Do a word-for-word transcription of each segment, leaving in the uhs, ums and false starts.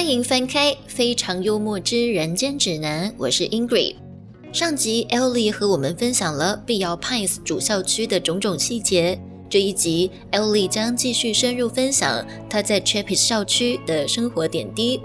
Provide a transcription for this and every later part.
迎翻开非常幽默之人间指南，我是 Ingrid。 上集 Ellie 和我们分享了碧瑶 Pines 主校区的种种细节，这一集 Ellie 将继续深入分享她在 Chappies 校区的生活点滴。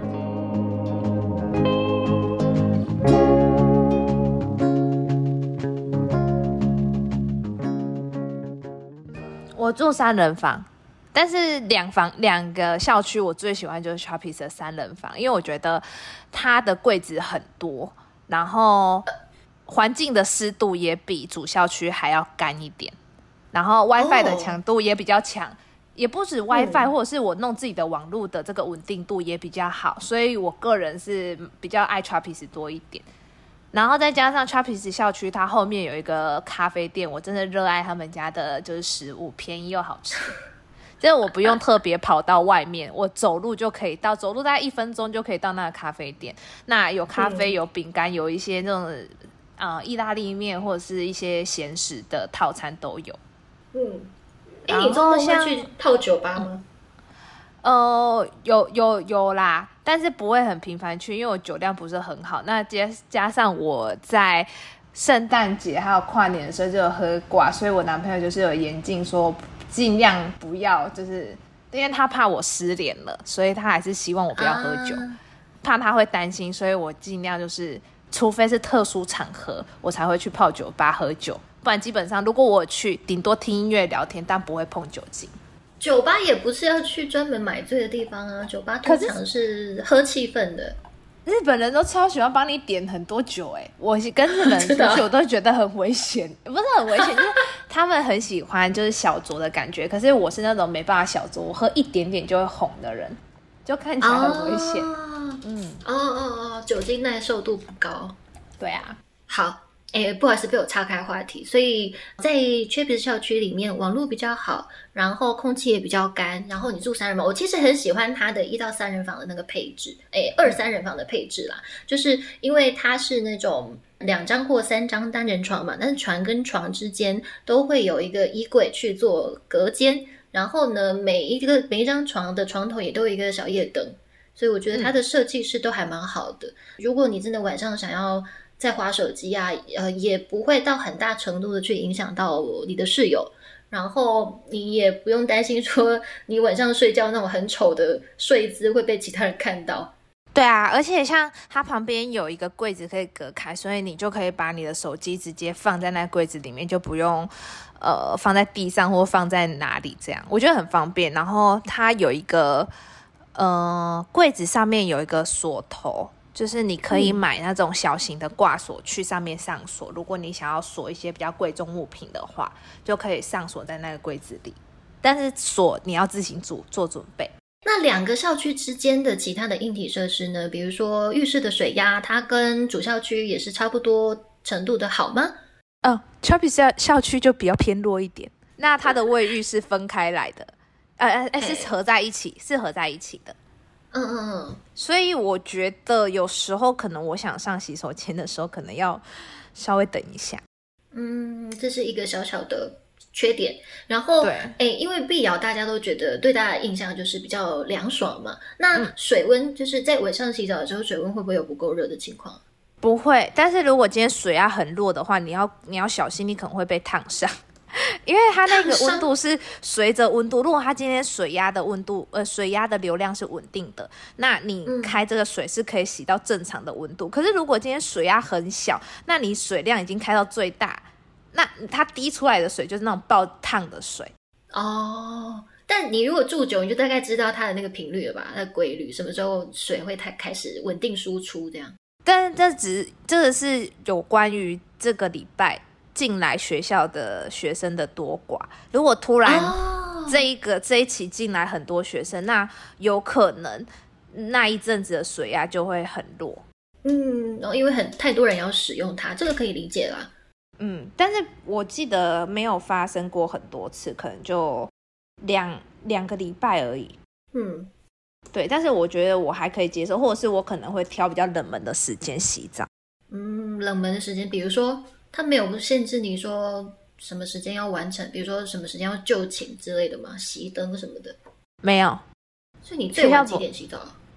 我住三人房，但是两房两个校区我最喜欢就是 Chappies 的三人房，因为我觉得它的柜子很多，然后环境的湿度也比主校区还要干一点，然后 WiFi 的强度也比较强， oh. 也不止 WiFi、嗯、或者是我弄自己的网络的这个稳定度也比较好，所以我个人是比较爱 Chappies 多一点。然后再加上 Chappies 校区它后面有一个咖啡店，我真的热爱他们家的就是食物，便宜又好吃，就是我不用特别跑到外面，我走路就可以到，走路大概一分钟就可以到那个咖啡店。那有咖啡、有饼干、有一些那种呃意大利面或者是一些咸食的套餐都有。 嗯，哎，你周末会去泡酒吧吗？ 呃，有有有啦，但是不会很频繁去，因为我酒量不是很好。那加加上我在圣诞节还有跨年的时候就有喝挂，所以我男朋友就是有严禁说尽量不要，就是因为他怕我失联了，所以他还是希望我不要喝酒，啊、怕他会担心，所以我尽量就是除非是特殊场合我才会去泡酒吧喝酒，不然基本上如果我去顶多听音乐聊天，但不会碰酒精。 酒吧也不是要去专门买醉的地方啊，酒吧通常是喝气氛的。 日本人都超喜欢帮你点很多酒，哎，我跟日本人出去我都觉得很危险，不是很危险，就是他们很喜欢就是小酌的感觉，可是我是那种没办法小酌，我喝一点点就会红的人，就看起来很危险。 哦、嗯，哦哦哦，酒精耐受度不高。 对啊， 好。哎，不好意思，被我岔开话题。所以在 Chappies 校区里面，网络比较好，然后空气也比较干，然后你住三人房，我其实很喜欢它的一到三人房的那个配置，哎，二三人房的配置啦，就是因为它是那种两张或三张单人床嘛，但是床跟床之间都会有一个衣柜去做隔间，然后呢，每一个每一张床的床头也都有一个小夜灯，所以我觉得它的设计是都还蛮好的。嗯、如果你真的晚上想要在滑手机啊，呃，也不会到很大程度的去影响到你的室友，然后你也不用担心说你晚上睡觉那种很丑的睡姿会被其他人看到。 对啊，而且像它旁边有一个柜子可以隔开，所以你就可以把你的手机直接放在那柜子里面，就不用呃放在地上或放在哪里，这样我觉得很方便。然后它有一个呃柜子上面有一个锁头，就是你可以买那种小型的挂锁去上面上锁，如果你想要锁一些比较贵重物品的话，就可以上锁在那个柜子里，但是锁你要自行做做准备。 那两个校区之间的其他的硬体设施呢？比如说浴室的水压，它跟主校区也是差不多程度的好吗？ 嗯 Chappies 校区就比较偏弱一点，那它的卫浴是分开来的，呃呃是合在一起，是合在一起的。 嗯嗯嗯， 所以我觉得有时候可能我想上洗手间的时候，可能要稍微等一下。 嗯，这是一个小小的缺点。然后，哎，因为碧瑶大家都觉得对大家的印象就是比较凉爽嘛。那水温就是在晚上洗澡的时候，水温会不会有不够热的情况？ 不会，但是如果今天水压很弱的话，你要你要小心，你可能会被烫伤。因为它那个温度是随着温度，如果它今天水压的温度，呃，水压的流量是稳定的，那你开这个水是可以洗到正常的温度。嗯、可是如果今天水压很小，那你水量已经开到最大，那它滴出来的水就是那种爆烫的水。 哦，但你如果住久，你就大概知道它的那个频率了吧？它的规律，什么时候水会开始稳定输出这样。 但是这只这个是有关于这个礼拜进来学校的学生的多寡，如果突然这一个、oh. 这一期进来很多学生，那有可能那一阵子的水压就会很弱。 嗯，因为很太多人要使用它，这个可以理解啦。 嗯，但是我记得没有发生过很多次，可能就两两个礼拜而已。 嗯， 对，但是我觉得我还可以接受，或者是我可能会挑比较冷门的时间洗澡。 嗯，冷门的时间，比如说他没有限制你说什么时间要完成，比如说什么时间要就寝之类的吗？熄灯什么的？ 没有。 所以你最晚几点洗澡？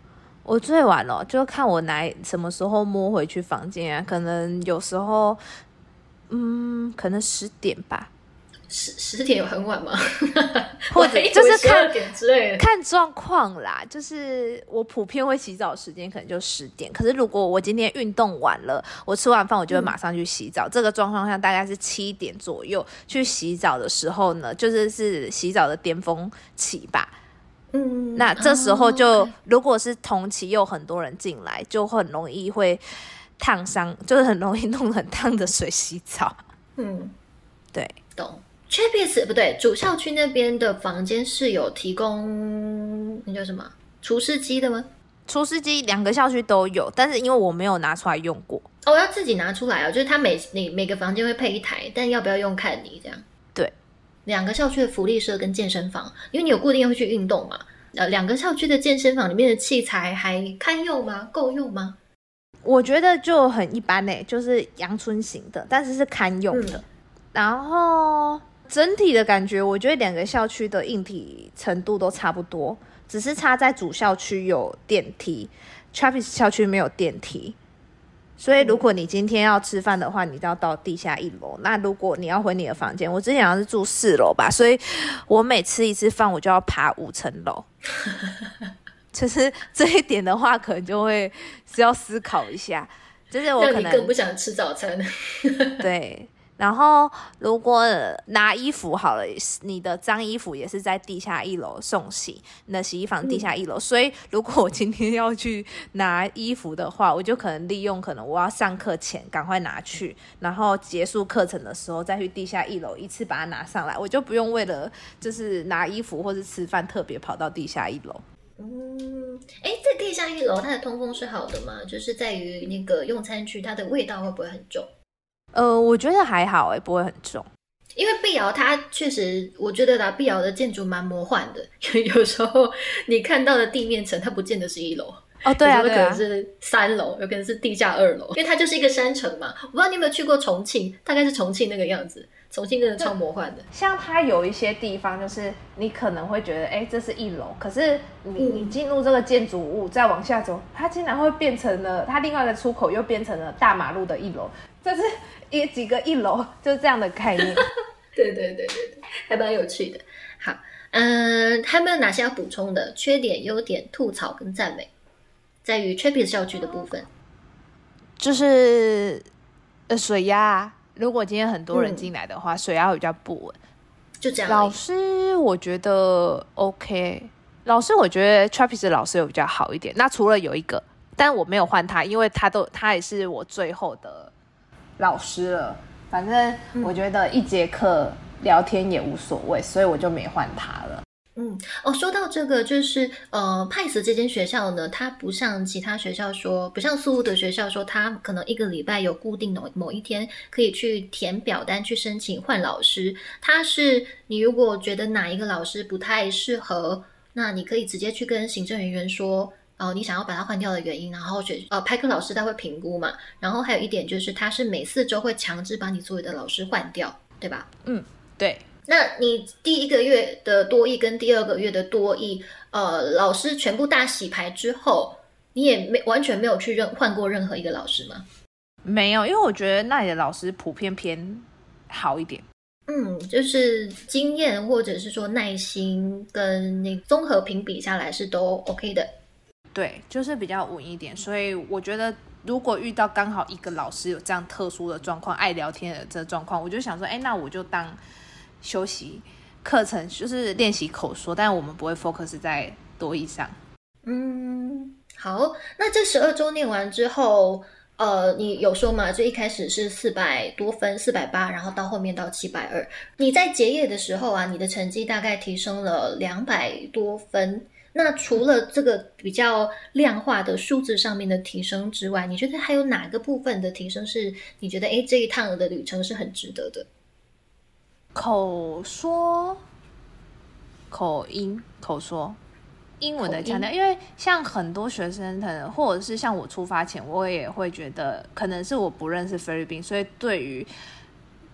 我最晚了，就看我哪什么时候摸回去房间啊，可能有时候，嗯，可能十点吧。 十十点有很晚吗？ 或者就是看点之类的， 看状况啦。就是我普遍会洗澡的时间可能就十点，可是如果我今天运动完了，我吃完饭我就会马上去洗澡。嗯、这个状况下大概是七点左右去洗澡的时候呢，就是是洗澡的巅峰期吧。嗯，那这时候就、哦 okay、如果是同期又很多人进来，就很容易会烫伤，就是很容易弄很烫的水洗澡。嗯，对， 懂。Chappies 不对，主校区那边的房间是有提供那叫什么除湿机的吗？ 除湿机两个校区都有，但是因为我没有拿出来用过。 哦，要自己拿出来啊，就是他每你每个房间会配一台，但要不要用看你这样。 对， 两个校区的福利社跟健身房，因为你有固定会去运动嘛。呃，两个校区的健身房里面的器材还堪用吗？够用吗？ 我觉得就很一般欸，就是阳春型的，但是是堪用的。嗯、然后整体的感觉，我觉得两个校区的硬体程度都差不多，只是差在主校区有电梯 ，Chappies 校区没有电梯。所以如果你今天要吃饭的话，你都要到地下一楼。那如果你要回你的房间，我之前好像是住四楼吧，所以我每吃一次饭我就要爬五层楼。就是这一点的话，可能就会是要思考一下。就是我可能让你更不想吃早餐。 对。然后如果拿衣服好了，你的脏衣服也是在地下一楼送洗，你的洗衣房地下一楼、嗯、所以如果我今天要去拿衣服的话，我就可能利用可能我要上课前赶快拿去，然后结束课程的时候再去地下一楼一次把它拿上来，我就不用为了就是拿衣服或是吃饭特别跑到地下一楼。 嗯，哎，在地下一楼它的通风是好的吗？就是在于那个用餐区它的味道会不会很重？ 呃，我觉得还好欸，不会很重。 因为碧瑶它确实，我觉得啦，碧瑶的建筑蛮魔幻的。有时候你看到的地面层，它不见得是一楼。 哦，对啊，对啊， 有可能是三楼，有可能是地下二楼，因为它就是一个山城嘛。我不知道你有没有去过重庆，大概是重庆那个样子。重庆真的超魔幻的。 像它有一些地方，就是你可能会觉得，哎，这是一楼，可是你、嗯、你进入这个建筑物，再往下走，它竟然会变成了它另外一个出口，又变成了大马路的一楼。这是一几个一楼，就是这样的概念。 对对对对对，还蛮有趣的。好，嗯，还有没有哪些要补充的？缺点、优点、吐槽跟赞美，在于 Chappies 校区的部分， 就是呃水压、啊。如果今天很多人进来的话，嗯、水压会比较不稳。 就这样。 老师，我觉得 OK。老师，我觉得 Chappies 的老师有比较好一点。那除了有一个，但我没有换他，因为他都他也是我最后的老师了。反正我觉得一节课聊天也无所谓，所以我就没换他了。 嗯，哦，说到这个，就是呃，派斯这间学校呢，它不像其他学校说，不像宿务的学校说，它可能一个礼拜有固定的某一天可以去填表单去申请换老师。它是你如果觉得哪一个老师不太适合，那你可以直接去跟行政人员说，哦、呃，你想要把它换掉的原因，然后学呃派克老师他会评估嘛。然后还有一点就是，他是每四周会强制把你所有的老师换掉，对吧？ 嗯，对。 那你第一个月的多益跟第二个月的多益，呃，老师全部大洗牌之后，你也没完全没有去任换过任何一个老师吗？ 没有，因为我觉得那里的老师普遍偏好一点。 嗯，就是经验或者是说耐心跟那综合评比下来是都 OK 的。 对，就是比较稳一点，所以我觉得如果遇到刚好一个老师有这样特殊的状况，爱聊天的这状况，我就想说，哎，那我就当休息课程，就是练习口说，但我们不会 focus 在多益上。 嗯，好，那这十二周念完之后，呃，你有说嘛？就一开始是四百多分，四百八，然后到后面到七百二。你在结业的时候啊，你的成绩大概提升了两百多分。那除了这个比较量化的数字上面的提升之外，你觉得还有哪个部分的提升是你觉得，哎，这一趟的旅程是很值得的？ 口说、口音、口说，英文的强调，因为像很多学生，可能或者是像我出发前，我也会觉得，可能是我不认识菲律宾，所以对于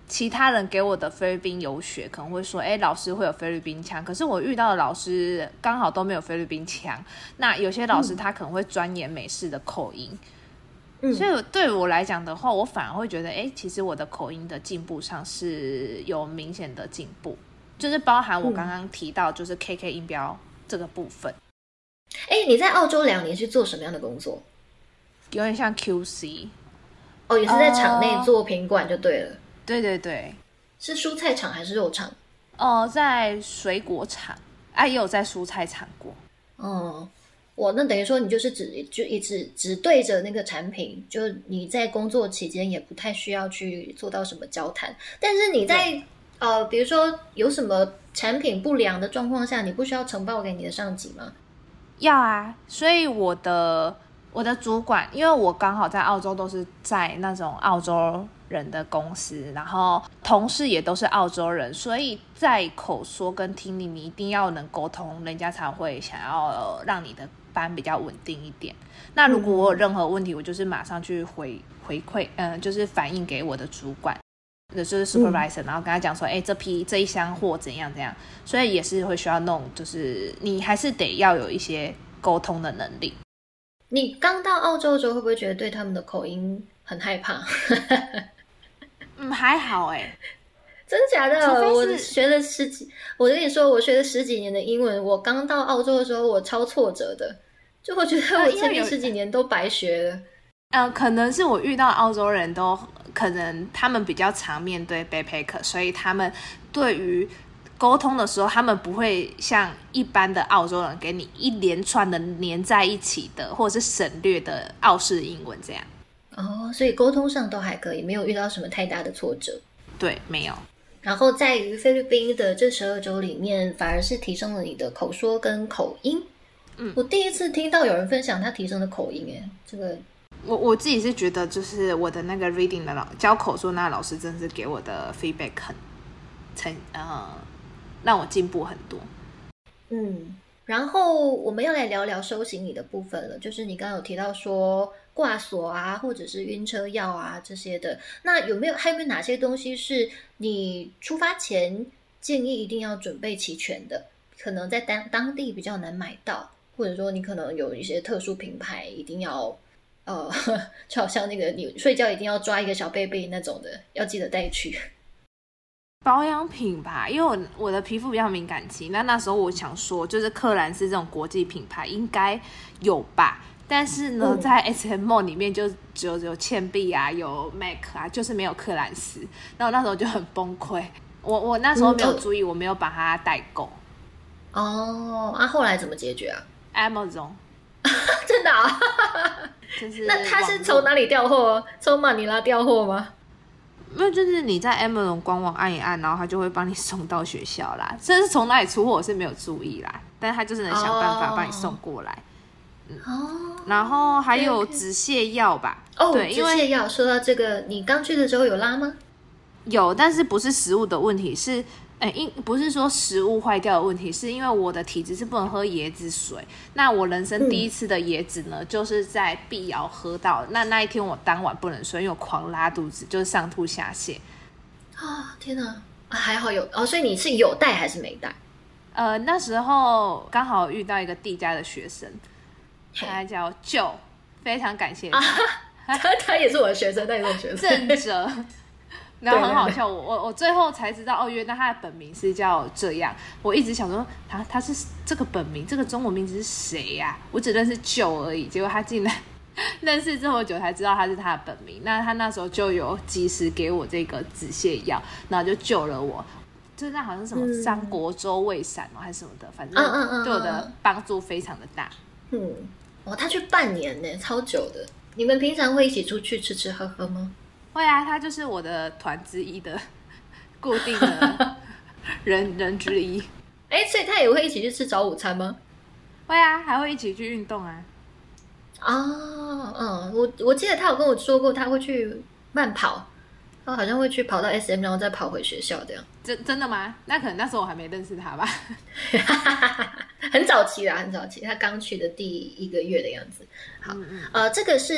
其他人给我的菲律宾游学可能会说，哎，老师会有菲律宾腔，可是我遇到的老师刚好都没有菲律宾腔。那有些老师他可能会钻研美式的口音，嗯、所以对我来讲的话，我反而会觉得，哎，其实我的口音的进步上是有明显的进步，就是包含我刚刚提到就是 K K 音标这个部分。 哎，你在澳洲两年是做什么样的工作？ 有点像 Q C。 哦，也是在场内做品管就对了。Uh, 对对对。 是蔬菜厂还是肉厂？ 哦、呃，在水果厂，啊，也有在蔬菜厂过。 哦，我那等于说你就是只就一直只对着那个产品，就你在工作期间也不太需要去做到什么交谈。但是你在呃，比如说有什么产品不良的状况下，你不需要呈报给你的上级吗？ 要啊，所以我的我的主管，因为我刚好在澳洲都是在那种澳洲人的公司，然后同事也都是澳洲人，所以在口说跟听力你一定要能沟通，人家才会想要让你的班比较稳定一点。那如果我有任何问题，我就是马上去回回馈，嗯、呃，就是反映给我的主管，就是 supervisor，、嗯、然后跟他讲说，哎，这批这一箱货怎样怎样，所以也是会需要弄，就是你还是得要有一些沟通的能力。 你刚到澳洲的时候，会不会觉得对他们的口音很害怕？ 嗯，还好哎、欸， 真假的？我学了十几，我跟你说，我学了十几年的英文，我刚到澳洲的时候，我超挫折的，就我觉得我前面十几年都白学了。 呃，可能是我遇到澳洲人都可能他们比较常面对 backpacker， 所以他们对于沟通的时候，他们不会像一般的澳洲人给你一连串的连在一起的，或者是省略的澳式英文这样。 哦，所以沟通上都还可以，没有遇到什么太大的挫折。 对，没有。 然后在于菲律宾的这十二周里面，反而是提升了你的口说跟口音。嗯，我第一次听到有人分享他提升的口音，哎，这个我我自己是觉得，就是我的那个 reading 的老教口说那个老师，真的是给我的 feedback 很成呃，让我进步很多。 嗯，然后我们要来聊聊收行李的部分了，就是你刚刚有提到说挂锁啊，或者是晕车药啊这些的，那有没有还有没有哪些东西是你出发前建议一定要准备齐全的？可能在当当地比较难买到，或者说你可能有一些特殊品牌一定要呃，就好像那个你睡觉一定要抓一个小贝贝那种的，要记得带去。 保养品吧，因为我我的皮肤比较敏感肌，那那时候我想说，就是克兰斯这种国际品牌应该有吧，但是呢，嗯、在 S M Mall 里面就只有有倩碧啊，有 M A C 啊，就是没有克兰斯，然后那时候就很崩溃。我我那时候没有注意，嗯、我没有把它代购。 哦，啊，后来怎么解决啊 ？Amazon， 真的啊？ 就是那他是从哪里调货？从马尼拉调货吗？ 没有，就是你在 Amazon 官网按一按，然后他就会帮你送到学校啦。这是从哪里出货我是没有注意啦，但是他就是能想办法帮你送过来。哦、嗯，然后还有止泻药吧？ 哦，对，止泻药。说到这个，你刚去的时候有拉吗？ 有，但是不是食物的问题，是。欸、因不是说食物坏掉的问题，是因为我的体质是不能喝椰子水。那我人生第一次的椰子呢，嗯、就是在碧瑶喝到。那那一天我当晚不能睡，因为我狂拉肚子，就是上吐下泻。 啊，天哪！啊、还好有哦，所以你是有带还是没带？ 呃，那时候刚好遇到一个地家的学生，他叫 Joe， 非常感谢他。 啊、他他也是我的学生，他也是我的学生。 正哲。然后很好笑，我我我最后才知道哦，原来他的本名是叫这样。我一直想说，他他是这个本名，这个中文名字是谁呀、啊？我只认识Joe而已。结果他竟然认识这么久才知道他是他的本名。那他那时候就有及时给我这个止泻药，然后就救了我。就是那好像什么张国周胃散哦，还是什么的，反正对我的帮助非常的大。 嗯，哦，他去半年呢，超久的。你们平常会一起出去吃吃喝喝吗？ 会啊，他就是我的团之一的固定的人人之一。 哎、欸，所以他也会一起去吃早午餐吗？ 会啊，还会一起去运动啊。 哦，嗯，我我记得他有跟我说过，他会去慢跑，他好像会去跑到 S M， 然后再跑回学校这样。 真真的吗？那可能那时候我还没认识他吧。 很早期啦，很早期，他刚去的第一个月的样子。好，嗯嗯呃，这个是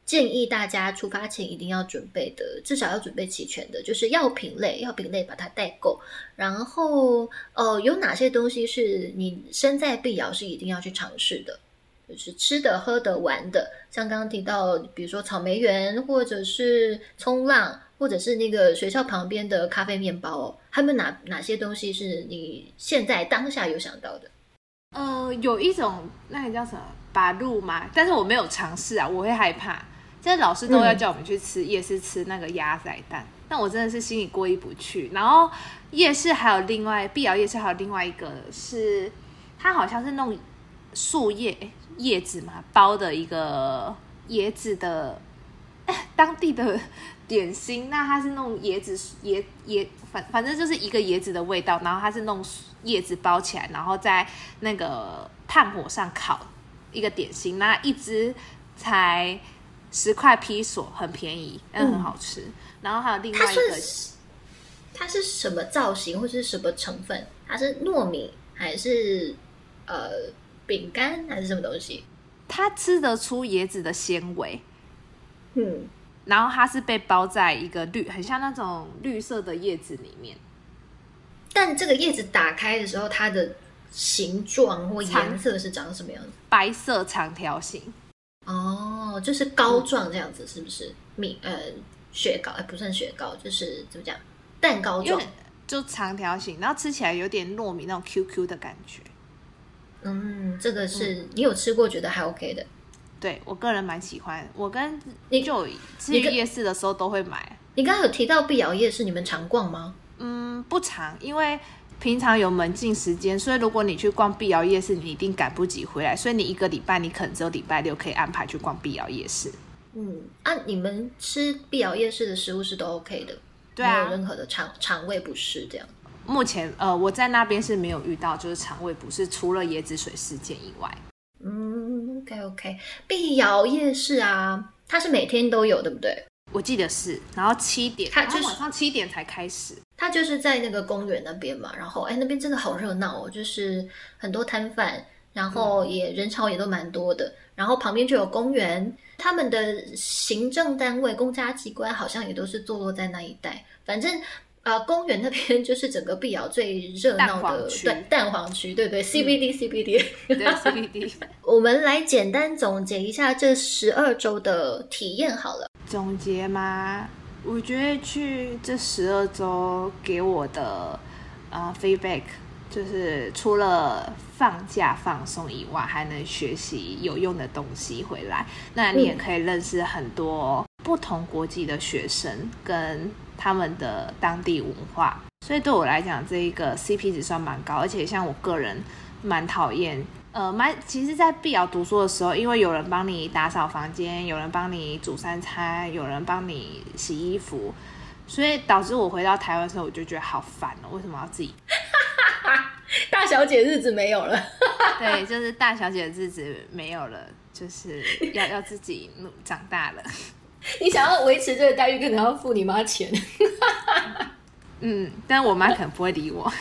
建议大家出发前一定要准备的，至少要准备齐全的，就是药品类，药品类把它带够。然后，呃，有哪些东西是你身在必瑶是一定要去尝试的？就是吃的、喝的、玩的，像刚刚提到，比如说草莓园，或者是冲浪，或者是那个学校旁边的咖啡面包哦，还有没有哪哪些东西是你现在当下有想到的？ 呃，有一种那个叫什么把路嘛，但是我没有尝试啊，我会害怕。就是老师都要叫我们去吃夜市吃那个鸭仔蛋，但我真的是心里过意不去。然后夜市还有另外碧瑶夜市还有另外一个是，它好像是弄树叶叶子嘛包的一个椰子的当地的点心，那它是弄椰子椰椰反反正就是一个椰子的味道，然后它是弄叶子包起来，然后在那个炭火上烤一个点心，那一只才十块披索，很便宜，但很好吃。嗯、然后还有另外一个， 它是它是什么造型或是什么成分？它是糯米还是呃饼干还是什么东西？ 它吃得出椰子的纤维， 嗯， 然后它是被包在一个绿，很像那种绿色的叶子里面。 但这个叶子打开的时候，它的形状或颜色是长什么样子？ 白色长条形。 哦，就是膏状这样子，是不是？米呃雪糕，哎，不算雪糕，就是怎么讲，蛋糕状， 就长条形，然后吃起来有点糯米那种 Q Q 的感觉。 嗯，这个是、嗯、你有吃过，觉得还 OK 的。 对，我个人蛮喜欢，我跟就去夜市的时候都会买。 你刚刚有提到碧瑶夜市，你们常逛吗？ 嗯，不常，因为平常有门禁时间，所以如果你去逛碧瑶夜市，你一定赶不及回来，所以你一个礼拜你可能只有礼拜六可以安排去逛碧瑶夜市。 嗯，啊，你们吃碧瑶夜市的食物是都 OK 的， 对啊， 没有任何的肠肠胃不适这样。 目前呃我在那边是没有遇到就是肠胃不适，除了椰子水事件以外。 嗯 ，OK OK， 碧瑶夜市啊，它是每天都有，对不对？ 我记得是，然后七点， 它、就是、 晚上七点才开始。 它就是在那个公园那边嘛，然后哎，那边真的好热闹哦，就是很多摊贩，然后也、嗯、人潮也都蛮多的，然后旁边就有公园，他们的行政单位、公家机关好像也都是坐落在那一带，反正。呃，公园那边就是整个碧瑶最热闹的对蛋黄区，对对 ，C B D、嗯、C B D， 对 C B D。 我们来简单总结一下这十二周的体验好了。 总结吗？我觉得去这十二周给我的呃 feedback 就是除了放假放松以外，还能学习有用的东西回来。那你也可以认识很多不同国籍的学生跟他们的当地文化，所以对我来讲这一个 C P 值算蛮高，而且像我个人蛮讨厌呃蛮其实在碧瑶读书的时候，因为有人帮你打扫房间，有人帮你煮三餐，有人帮你洗衣服，所以导致我回到台湾的时候我就觉得好烦哦，为什么要自己大小姐日子没有了对，就是大小姐的日子没有了，就是要要自己长大了你想要维持这个待遇，可能要付你妈钱嗯，但我妈可能不会理我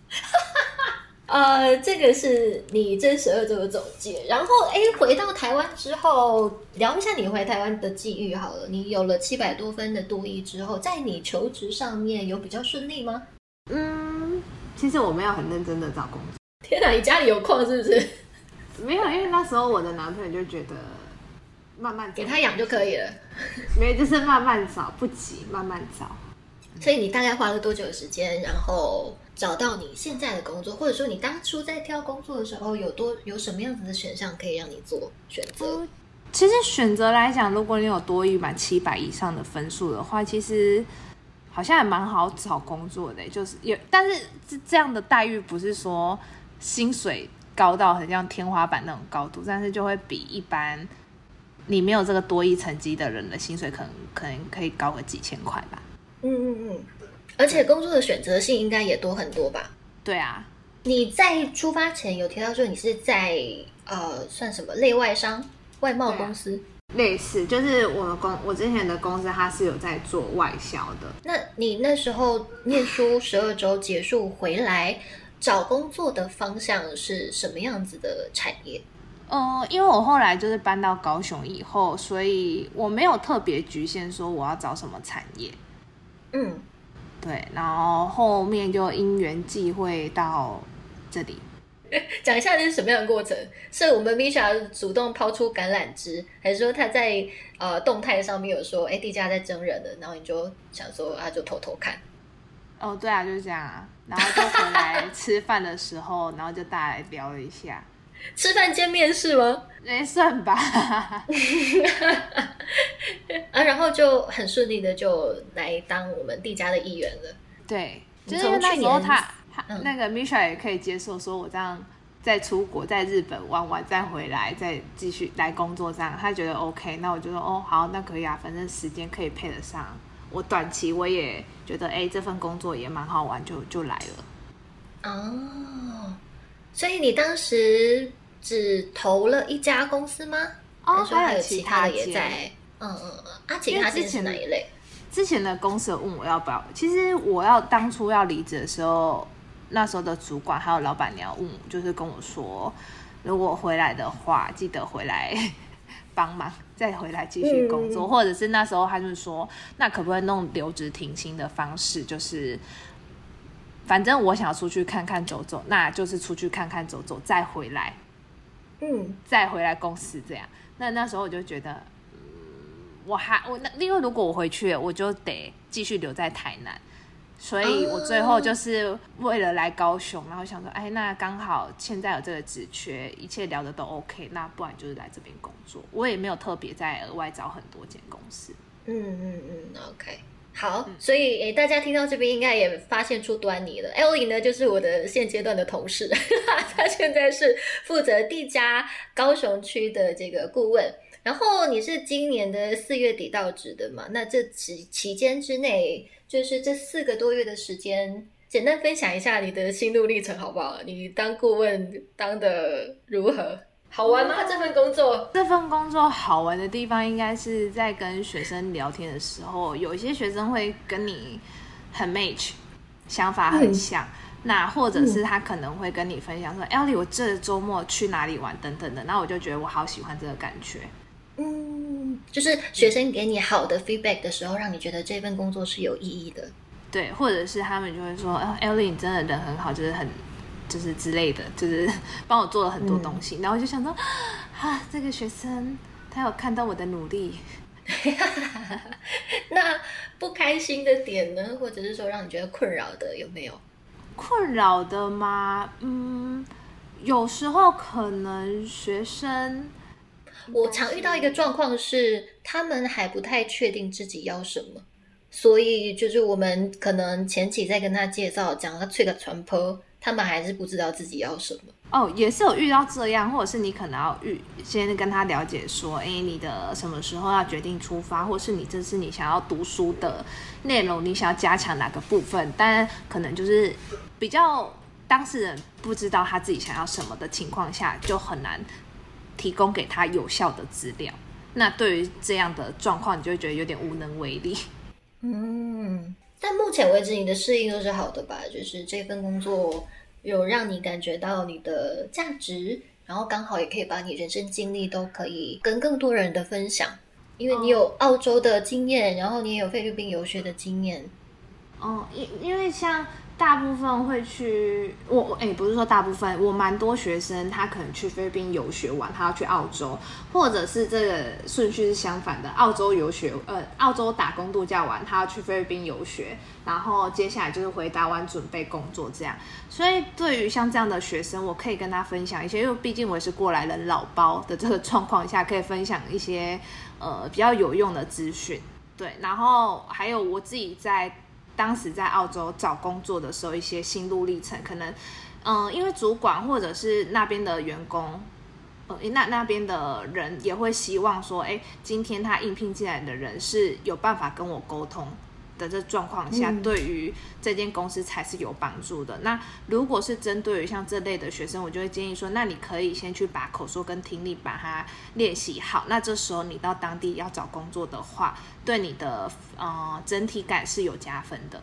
呃，这个是你这十二周的总结。然后哎，回到台湾之后，聊一下你回台湾的际遇好了。你有了七百多分的多益之后，在你求职上面有比较顺利吗？ 嗯，其实我没有很认真的找工作。 天哪，你家里有矿是不是？ 没有，因为那时候我的男朋友就觉得慢慢找给他养就可以了。 没有，就是慢慢找，不急，慢慢找。 所以你大概花了多久的时间，然后找到你现在的工作，或者说你当初在挑工作的时候，有多有什么样子的选项可以让你做选择？ 嗯、其实选择来讲，如果你有多益满七百以上的分数的话，其实好像也蛮好找工作的，就是有，但是这样的待遇不是说薪水高到很像天花板那种高度，但是就会比一般你没有这个多益成绩的人的薪水可能可能可以高个几千块吧。 嗯嗯嗯，而且工作的选择性应该也多很多吧？ 对啊。 你在出发前有提到说你是在呃算什么类外商外贸公司？ 类似，就是我的公我之前的公司它是有在做外销的。 那你那时候念书十二周结束回来找工作的方向是什么样子的产业？ 嗯、呃，因为我后来就是搬到高雄以后，所以我没有特别局限说我要找什么产业。 嗯， 对，然后后面就因缘际会到这里。 讲一下这是什么样的过程？是我们 Misha 主动抛出橄榄枝，还是说他在呃动态上面有说，哎，地家在征人了，然后你就想说啊，就偷偷看？ 哦，对啊，就是这样啊。然后就回来吃饭的时候，然后就大家来聊了一下。 吃饭见面是吗？ 哎，算吧。 啊，然后就很顺利的就来当我们地家的议员了。 对， 就就是那时候他。 嗯、 那个 Misha 也可以接受，说我这样再出国，在日本玩完再回来，再继续来工作，这样他觉得 OK。那我就说哦，好，那可以啊，反正时间可以配得上。我短期我也觉得，哎，这份工作也蛮好玩，就就来了。 哦，所以你当时只投了一家公司吗？ 哦， 还有其他的也在。嗯嗯嗯，啊，其他间是哪一类？ 之前的公司有问我要不要，其实我要当初要离职的时候。那时候的主管还有老板娘问我，就是跟我说，如果回来的话，记得回来帮忙，再回来继续工作，嗯、或者是那时候他就说，那可不可以弄留职停薪的方式，就是反正我想要出去看看走走，那就是出去看看走走，再回来， 嗯， 再回来公司这样。那那时候我就觉得，嗯、我还我那因为如果我回去了，我就得继续留在台南。所以我最后就是为了来高雄，然后想说，哎，那刚好现在有这个职缺，一切聊的都 OK， 那不然就是来这边工作。我也没有特别再额外找很多间公司。 嗯嗯嗯 ，OK， 好。嗯、所以诶，大家听到这边应该也发现出端倪了。Ellie 呢，就是我的现阶段的同事，她现在是负责地家高雄区的这个顾问。然后你是今年的四月底到职的嘛？那这期期间之内，就是这四个多月的时间，简单分享一下你的心路历程好不好？你当顾问当的如何？好玩吗？这份工作？ 这份工作好玩的地方，应该是在跟学生聊天的时候，有一些学生会跟你很 match， 想法很像。嗯那或者是他可能会跟你分享说 Ellie 我这周末去哪里玩等等的，那我就觉得我好喜欢这个感觉。 嗯，就是学生给你好的 feedback 的时候，让你觉得这份工作是有意义的。 对，或者是他们就会说、哦、Ellie 你真的人很好，就是很就是之类的，就是帮我做了很多东西、嗯、然后我就想说啊，这个学生他有看到我的努力。 那不开心的点呢，或者是说让你觉得困扰的有没有？ 困扰的吗？嗯，有时候可能学生， 我常遇到一个状况是，他们还不太确定自己要什么，所以就是我们可能前期在跟他介绍，讲他吹个传播，他们还是不知道自己要什么。 哦，也是有遇到这样，或者是你可能要预先跟他了解说，哎，你的什么时候要决定出发，或是你这是你想要读书的内容，你想要加强哪个部分，但可能就是比较当事人不知道他自己想要什么的情况下，就很难提供给他有效的资料。那对于这样的状况，你就会觉得有点无能为力。 嗯，但目前为止你的适应都是好的吧？就是这份工作有让你感觉到你的价值，然后刚好也可以把你人生经历都可以跟更多人的分享，因为你有澳洲的经验，然后你也有菲律宾游学的经验。 哦，因因为像大部分会去，我哎，不是说大部分，我蛮多学生他可能去菲律宾游学完，他要去澳洲，或者是这个顺序是相反的，澳洲游学，呃，澳洲打工度假完，他要去菲律宾游学，然后接下来就是回台湾准备工作这样。所以对于像这样的学生，我可以跟他分享一些，因为毕竟我也是过来人老包的这个状况下，可以分享一些呃比较有用的资讯。对，然后还有我自己在当时在澳洲找工作的时候一些心路历程，可能嗯，因为主管或者是那边的员工呃，那那边的人也会希望说，哎，今天他应聘进来的人是有办法跟我沟通的这状况下、嗯、对于这间公司才是有帮助的。那如果是针对于像这类的学生，我就会建议说，那你可以先去把口说跟听力把它练习好，那这时候你到当地要找工作的话，对你的呃整体感是有加分的。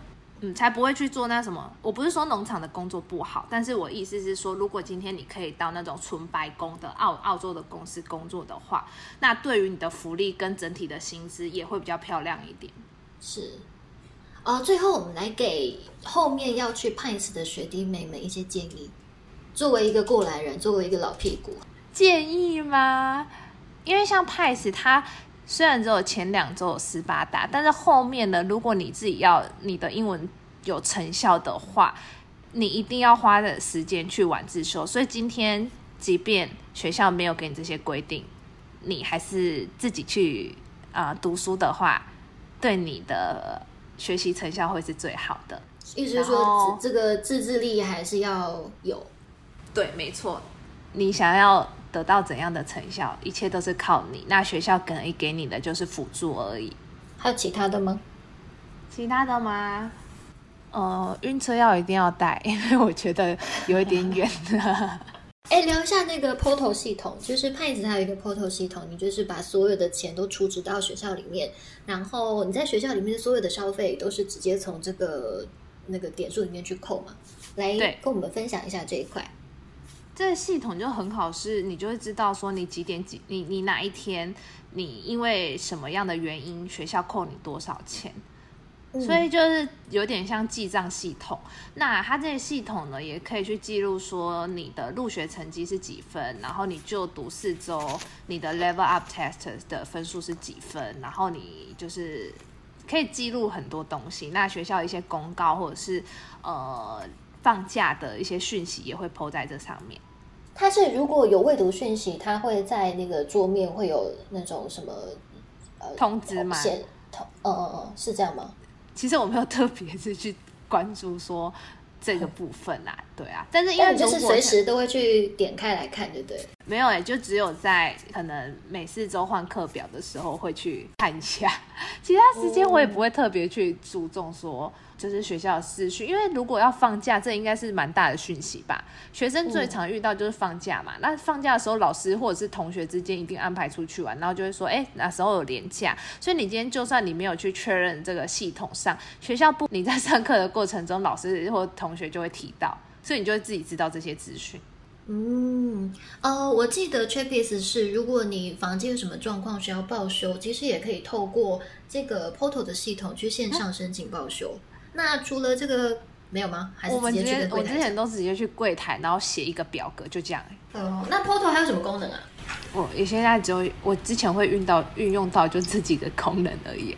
嗯，才不会去做那什么。我不是说农场的工作不好，但是我意思是说，如果今天你可以到那种纯白工的澳澳洲的公司工作的话，那对于你的福利跟整体的薪资也会比较漂亮一点。 是。呃，最后我们来给后面要去 Pines 的学弟妹们一些建议。作为一个过来人，作为一个老屁股， 建议吗？因为像 Pines 它虽然只有前两周有斯巴达，但是后面呢，如果你自己要你的英文有成效的话，你一定要花的时间去晚自修。所以今天即便学校没有给你这些规定，你还是自己去、呃、读书的话，对你的学习成效会是最好的。 意思是说这个自制力还是要有。 对，没错，你想要得到怎样的成效，一切都是靠你，那学校可能给你的就是辅助而已。 还有其他的吗？ 其他的吗？呃，晕车药一定要带，因为我觉得有一点远。 哎，聊一下那个 Portal 系统，就是 Pines 它有一个 Portal 系统，你就是把所有的钱都储值到学校里面，然后你在学校里面所有的消费都是直接从这个那个点数里面去扣嘛。来跟我们分享一下这一块。 这个系统就很好，是你就会知道说你几点几你你哪一天你因为什么样的原因学校扣你多少钱。所以就是有点像记账系统。那它这个系统呢，也可以去记录说你的入学成绩是几分，然后你就读四周，你的 level up test 的分数是几分，然后你就是可以记录很多东西。那学校一些公告或者是呃放假的一些讯息也会 po 在这上面。 它是如果有未读讯息，它会在那个桌面会有那种什么、呃、 通知吗？ 嗯嗯嗯，是这样吗？ 其实我没有特别是去关注说这个部分啊，对啊，但是因为你就是随时都会去点开来看，对不对？ 没有哎、欸，就只有在可能每四周换课表的时候会去看一下，其他时间我也不会特别去注重说就是学校的视讯，因为如果要放假，这应该是蛮大的讯息吧。学生最常遇到就是放假嘛，嗯、那放假的时候，老师或者是同学之间一定安排出去玩，然后就会说，哎，哪时候有连假？所以你今天就算你没有去确认这个系统上，学校不你在上课的过程中，老师或同学就会提到，所以你就会自己知道这些资讯。 嗯，呃，我记得 Chappies 是，如果你房间有什么状况需要报修，其实也可以透过这个 Portal 的系统去线上申请报修。嗯、那除了这个没有吗？还是直接去跟柜台？ 我之前都直接去柜台，然后写一个表格，就这样。 哦，那 Portal 还有什么功能啊？ 我现在只有我之前会运到运用到就这几个功能而已。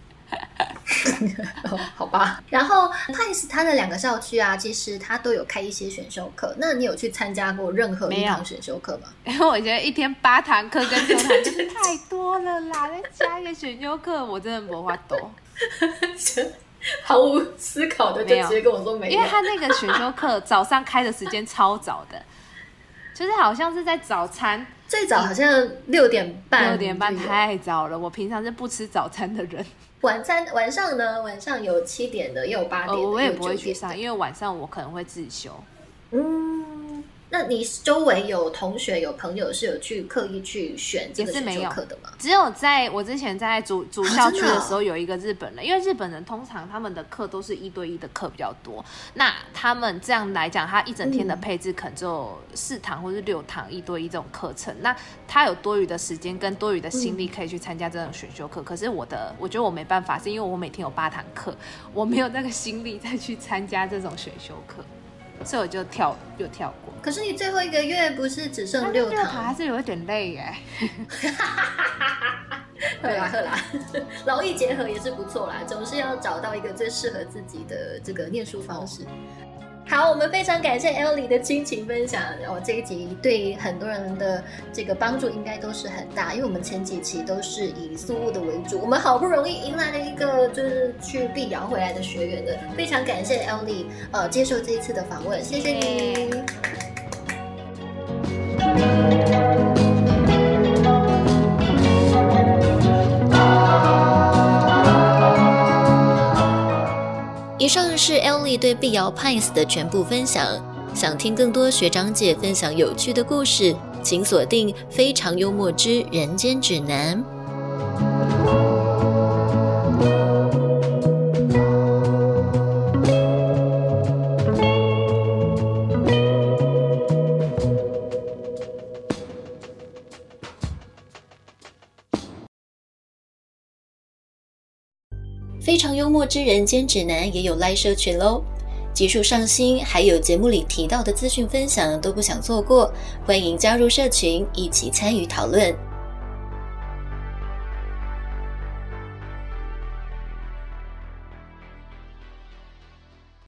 哦，好吧。然后 Pines 它的两个校区啊，其实它都有开一些选修课。那你有去参加过任何一堂选修课吗？ 因为我觉得一天八堂课跟六堂真是太多了啦，再加一个选修课，我真的没法懂。 毫无思考的就直接跟我说没有， 因为他那个选修课早上开的时间超早的，就是好像是在早餐。 最早好像六点半， 六点半太早了。我平常是不吃早餐的人。 晚餐晚上呢？晚上有七点的，也有八点的， 呃、我也不会去上，因为晚上我可能会自修。 嗯，那你周围有同学有朋友是有去刻意去选这个选修课的吗？ 只有在我之前在主主校区的时候有一个日本人、啊哦、因为日本人通常他们的课都是一对一的课比较多，那他们这样来讲，他一整天的配置可能只有四堂或是六堂一对一这种课程，那他有多余的时间跟多余的心力可以去参加这种选修课、嗯、可是我的我觉得我没办法，是因为我每天有八堂课，我没有那个心力再去参加这种选修课，所以我就跳又跳过。 可是你最后一个月不是只剩六堂？ 六堂还是有一点累耶。 喝啦喝啦，劳逸结合也是不错啦，总是要找到一个最适合自己的这个念书方式。好，我们非常感谢 Ellie 的亲情分享，哦，这一集对很多人的这个帮助应该都是很大，因为我们前几期都是以宿务的为主，我们好不容易迎来了一个就是去碧瑶回来的学员的，非常感谢 Ellie 呃接受这一次的访问，谢谢你。以上是 Ellie 对碧瑶 Pines 的全部分享。想听更多学长姐分享有趣的故事，请锁定《非常幽默之人间指南》。 非常幽默之人兼指南也有 Line 社群咯，集数上新还有节目里提到的资讯分享都不想错过，欢迎加入社群一起参与讨论。